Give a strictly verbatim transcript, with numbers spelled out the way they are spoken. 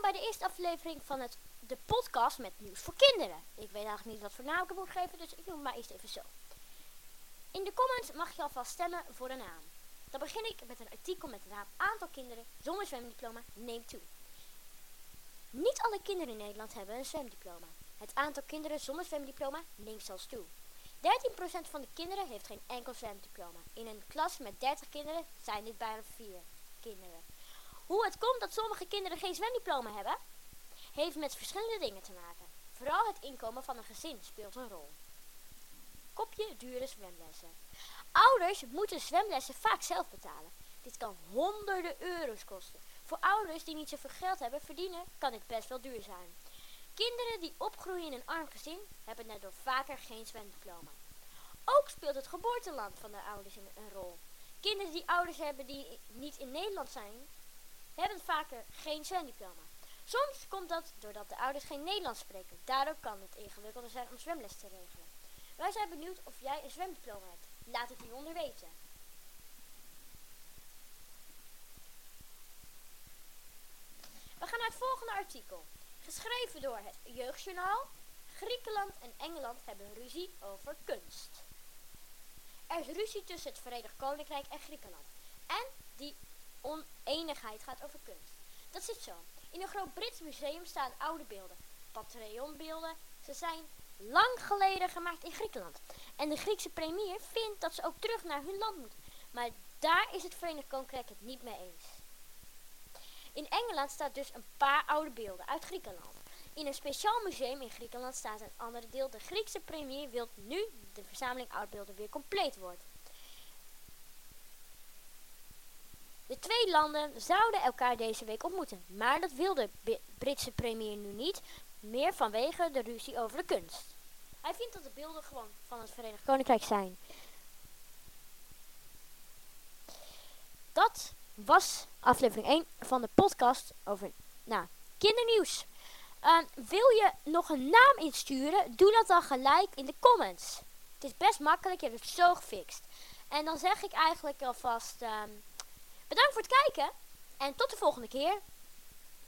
bij de eerste aflevering van het, de podcast met nieuws voor kinderen. Ik weet eigenlijk niet wat voor naam ik het moet geven, dus ik noem het maar eerst even zo. In de comments mag je alvast stemmen voor een naam. Dan begin ik met een artikel met de naam Aantal kinderen zonder zwemdiploma neemt toe. Niet alle kinderen in Nederland hebben een zwemdiploma. Het aantal kinderen zonder zwemdiploma neemt zelfs toe. dertien procent van de kinderen heeft geen enkel zwemdiploma. In een klas met dertig kinderen zijn dit bijna vier kinderen. Hoe het komt dat sommige kinderen geen zwemdiploma hebben, heeft met verschillende dingen te maken. Vooral het inkomen van een gezin speelt een rol. Kopje dure zwemlessen. Ouders moeten zwemlessen vaak zelf betalen. Dit kan honderden euro's kosten. Voor ouders die niet zoveel geld hebben verdienen, kan dit best wel duur zijn. Kinderen die opgroeien in een arm gezin hebben daardoor vaker geen zwemdiploma. Ook speelt het geboorteland van de ouders een rol. Kinderen die ouders hebben die niet in Nederland zijn, hebben vaker geen zwemdiploma. Soms komt dat doordat de ouders geen Nederlands spreken. Daardoor kan het ingewikkelder zijn om zwemles te regelen. Wij zijn benieuwd of jij een zwemdiploma hebt. Laat het hieronder weten. We gaan naar het volgende artikel. Geschreven door het Jeugdjournaal. Griekenland en Engeland hebben ruzie over kunst. Er is ruzie tussen het Verenigd Koninkrijk en Griekenland. En die oneenigheid gaat over kunst. Dat zit zo. In een groot Brits museum staan oude beelden. Pantheonbeelden. Ze zijn lang geleden gemaakt in Griekenland. En de Griekse premier vindt dat ze ook terug naar hun land moeten. Maar daar is het Verenigd Koninkrijk het niet mee eens. In Engeland staat dus een paar oude beelden uit Griekenland. In een speciaal museum in Griekenland staat een ander deel. De Griekse premier wil nu de verzameling oude beelden weer compleet wordt. De twee landen zouden elkaar deze week ontmoeten. Maar dat wil de B- Britse premier nu niet. Meer vanwege de ruzie over de kunst. Hij vindt dat de beelden gewoon van het Verenigd Koninkrijk zijn. Dat was aflevering één van de podcast over nou, kindernieuws. Uh, wil je nog een naam insturen? Doe dat dan gelijk in de comments. Het is best makkelijk, je hebt het zo gefixt. En dan zeg ik eigenlijk alvast um, bedankt voor het kijken. En tot de volgende keer.